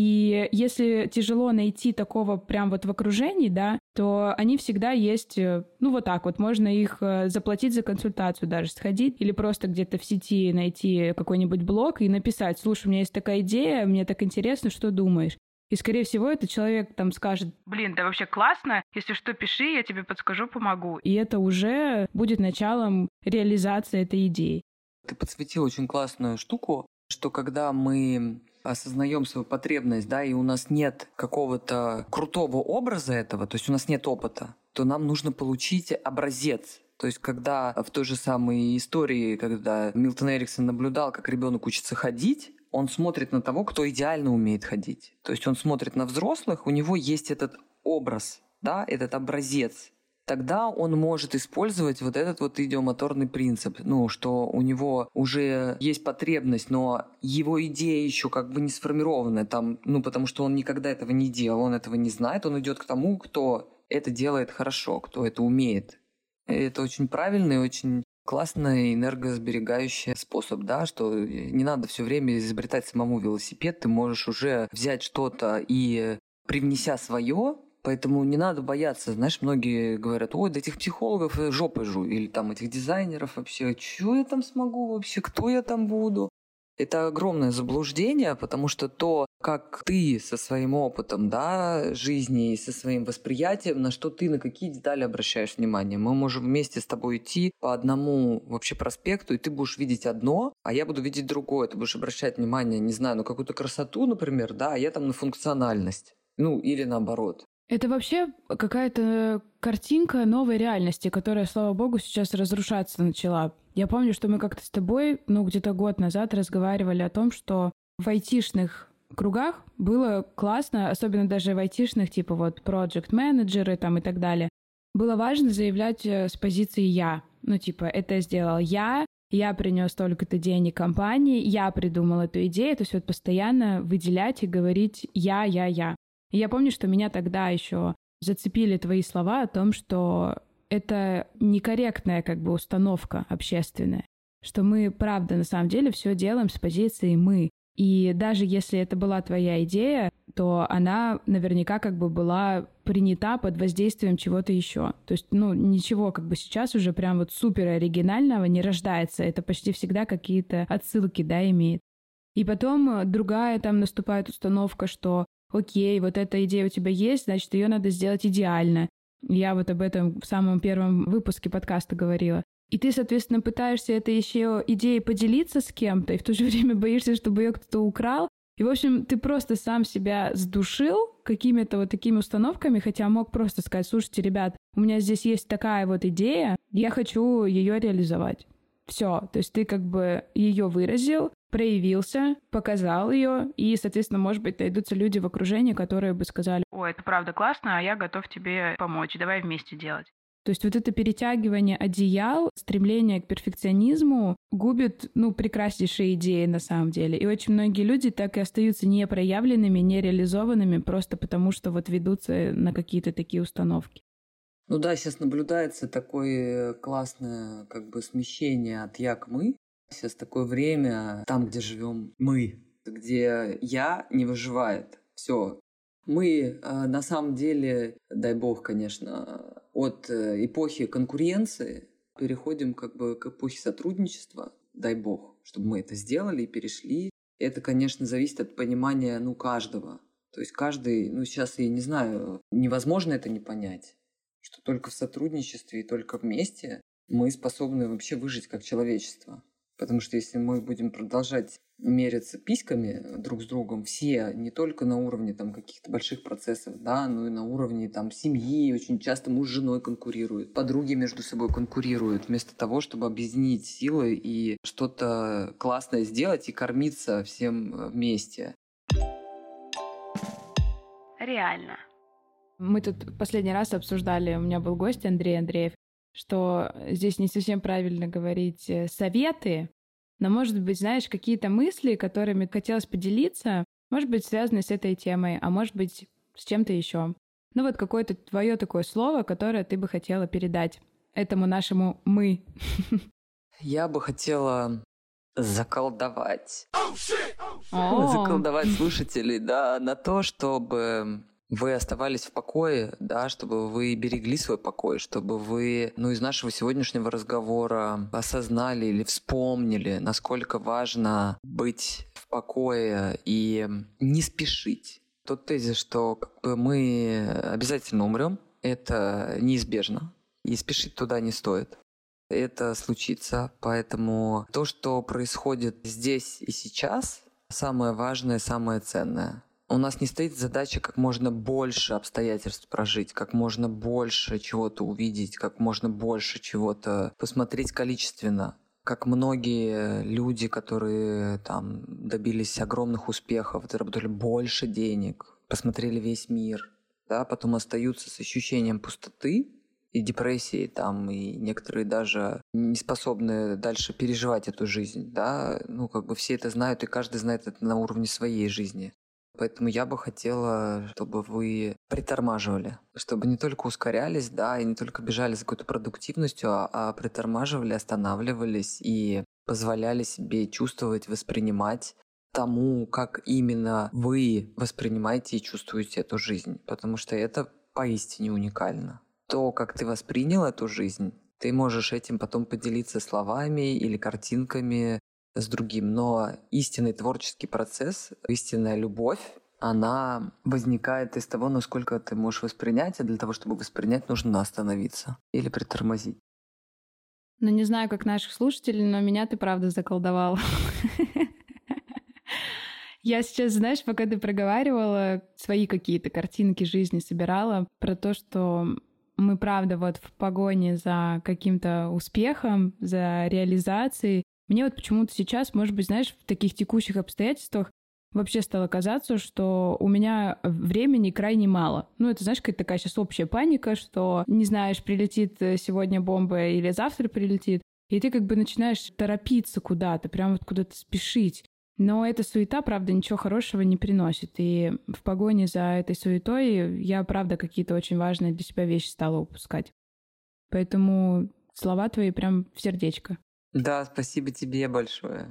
И если тяжело найти такого прям вот в окружении, да, то они всегда есть, ну вот так вот, можно их заплатить за консультацию даже, сходить или просто где-то в сети найти какой-нибудь блог и написать: слушай, у меня есть такая идея, мне так интересно, что думаешь? И, скорее всего, этот человек там скажет: блин, да вообще классно, если что, пиши, я тебе подскажу, помогу. И это уже будет началом реализации этой идеи. Ты подсветил очень классную штуку, что когда мы осознаем свою потребность, да, и у нас нет какого-то крутого образа этого, то есть у нас нет опыта, то нам нужно получить образец. То есть когда в той же самой истории, когда Милтон Эриксон наблюдал, как ребенок учится ходить, он смотрит на того, кто идеально умеет ходить. То есть он смотрит на взрослых, у него есть этот образ, да, этот образец. Тогда он может использовать вот этот вот идиомоторный принцип, ну, что у него уже есть потребность, но его идея еще как бы не сформированная, там, ну, потому что он никогда этого не делал, он этого не знает, он идет к тому, кто это делает хорошо, кто это умеет. И это очень правильный, очень классный энергосберегающий способ, да, что не надо все время изобретать самому велосипед, ты можешь уже взять что-то и, привнеся свое. Поэтому не надо бояться. Знаешь, многие говорят: ой, да этих психологов жопой жу. Или там этих дизайнеров вообще. Чего я там смогу вообще? Кто я там буду? Это огромное заблуждение, потому что то, как ты со своим опытом, да, жизни и со своим восприятием, на что ты, на какие детали обращаешь внимание. Мы можем вместе с тобой идти по одному вообще проспекту, и ты будешь видеть одно, а я буду видеть другое. Ты будешь обращать внимание, не знаю, на какую-то красоту, например, да, а я там на функциональность. Ну, или наоборот. Это вообще какая-то картинка новой реальности, которая, слава богу, сейчас разрушаться начала. Я помню, что мы как-то с тобой, ну, где-то год назад разговаривали о том, что в айтишных кругах было классно, особенно даже в айтишных, типа вот проект-менеджеры там и так далее, было важно заявлять с позиции «я». Ну, типа, это сделал я, я принес столько-то денег компании, я придумал эту идею, то есть вот постоянно выделять и говорить «я, я, я». И я помню, что меня тогда еще зацепили твои слова о том, что это некорректная как бы установка общественная, что мы, правда, на самом деле все делаем с позиции «мы». И даже если это была твоя идея, то она наверняка как бы была принята под воздействием чего-то еще. То есть, ну, ничего как бы сейчас уже прям вот супер оригинального не рождается. Это почти всегда какие-то отсылки, да, имеет. И потом другая там наступает установка, что окей, вот эта идея у тебя есть, значит, ее надо сделать идеально. Я вот об этом в самом первом выпуске подкаста говорила. И ты, соответственно, пытаешься этой еще идеей поделиться с кем-то, и в то же время боишься, чтобы ее кто-то украл. И, в общем, ты просто сам себя сдушил какими-то вот такими установками, хотя мог просто сказать: слушайте, ребят, у меня здесь есть такая вот идея, я хочу ее реализовать. Все, то есть ты как бы ее выразил, проявился, показал ее, и, соответственно, может быть, найдутся люди в окружении, которые бы сказали: ой, это правда классно, а я готов тебе помочь, давай вместе делать. То есть вот это перетягивание одеял, стремление к перфекционизму губит, ну, прекраснейшие идеи на самом деле. И очень многие люди так и остаются непроявленными, нереализованными, просто потому что вот ведутся на какие-то такие установки. Ну да, сейчас наблюдается такое классное как бы смещение от «я» к «мы». Сейчас такое время там, где живем мы, где «я» не выживает. Все. Мы на самом деле, дай бог, конечно, от эпохи конкуренции переходим как бы к эпохе сотрудничества, дай бог, чтобы мы это сделали и перешли. Это, конечно, зависит от понимания, ну, каждого. То есть каждый, ну, сейчас я не знаю, невозможно это не понять, что только в сотрудничестве и только вместе мы способны вообще выжить как человечество. Потому что если мы будем продолжать меряться письками друг с другом, все, не только на уровне там каких-то больших процессов, да, но и на уровне там семьи, очень часто муж с женой конкурируют, подруги между собой конкурируют, вместо того, чтобы объединить силы и что-то классное сделать и кормиться всем вместе. Реально. Мы тут последний раз обсуждали, у меня был гость Андрей Андреев, что здесь не совсем правильно говорить советы, но, может быть, знаешь, какие-то мысли, которыми хотелось поделиться, может быть, связаны с этой темой, а может быть, с чем-то еще. Ну вот какое-то твое такое слово, которое ты бы хотела передать этому нашему «мы». Я бы хотела заколдовать. О! Заколдовать слушателей, да, на то, чтобы вы оставались в покое, да, чтобы вы берегли свой покой, чтобы вы, ну, из нашего сегодняшнего разговора осознали или вспомнили, насколько важно быть в покое и не спешить. Тот тезис, что как бы мы обязательно умрем, это неизбежно, и спешить туда не стоит. Это случится, поэтому то, что происходит здесь и сейчас, самое важное, самое ценное. У нас не стоит задача как можно больше обстоятельств прожить, как можно больше чего-то увидеть, как можно больше чего-то посмотреть количественно. Как многие люди, которые там добились огромных успехов, заработали больше денег, посмотрели весь мир, да, потом остаются с ощущением пустоты и депрессии, там, и некоторые даже не способны дальше переживать эту жизнь, да, ну, как бы все это знают, и каждый знает это на уровне своей жизни. Поэтому я бы хотела, чтобы вы притормаживали, чтобы не только ускорялись, да, и не только бежали за какой-то продуктивностью, а, а притормаживали, останавливались и позволяли себе чувствовать, воспринимать тому, как именно вы воспринимаете и чувствуете эту жизнь, потому что это поистине уникально. То, как ты воспринял эту жизнь, ты можешь этим потом поделиться словами или картинками с другим, но истинный творческий процесс, истинная любовь, она возникает из того, насколько ты можешь воспринять, а для того, чтобы воспринять, нужно остановиться или притормозить. Ну, не знаю, как наших слушателей, но меня ты правда заколдовал. Я сейчас, знаешь, пока ты проговаривала, свои какие-то картинки жизни собирала про то, что мы, правда, вот в погоне за каким-то успехом, за реализацией. Мне вот почему-то сейчас, может быть, знаешь, в таких текущих обстоятельствах вообще стало казаться, что у меня времени крайне мало. Ну, это, знаешь, какая-то такая сейчас общая паника, что не знаешь, прилетит сегодня бомба или завтра прилетит. и ты как бы начинаешь торопиться куда-то, прям вот куда-то спешить. Но эта суета, правда, ничего хорошего не приносит. И в погоне за этой суетой я, правда, какие-то очень важные для себя вещи стала упускать. Поэтому слова твои прям в сердечко. Да, спасибо тебе большое.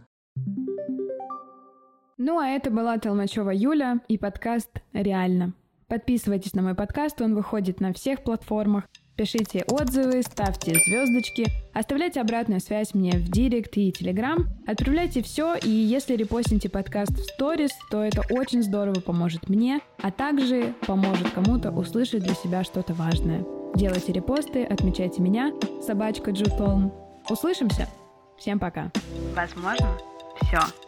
Ну, а это была Толмачева Юля и подкаст «Реально». Подписывайтесь на мой подкаст, он выходит на всех платформах. Пишите отзывы, ставьте звездочки, оставляйте обратную связь мне в Директ и Телеграм, отправляйте все, и если репостните подкаст в сторис, то это очень здорово поможет мне, а также поможет кому-то услышать для себя что-то важное. Делайте репосты, отмечайте меня, собачка Джутолм. Услышимся! Всем пока! Возможно, все.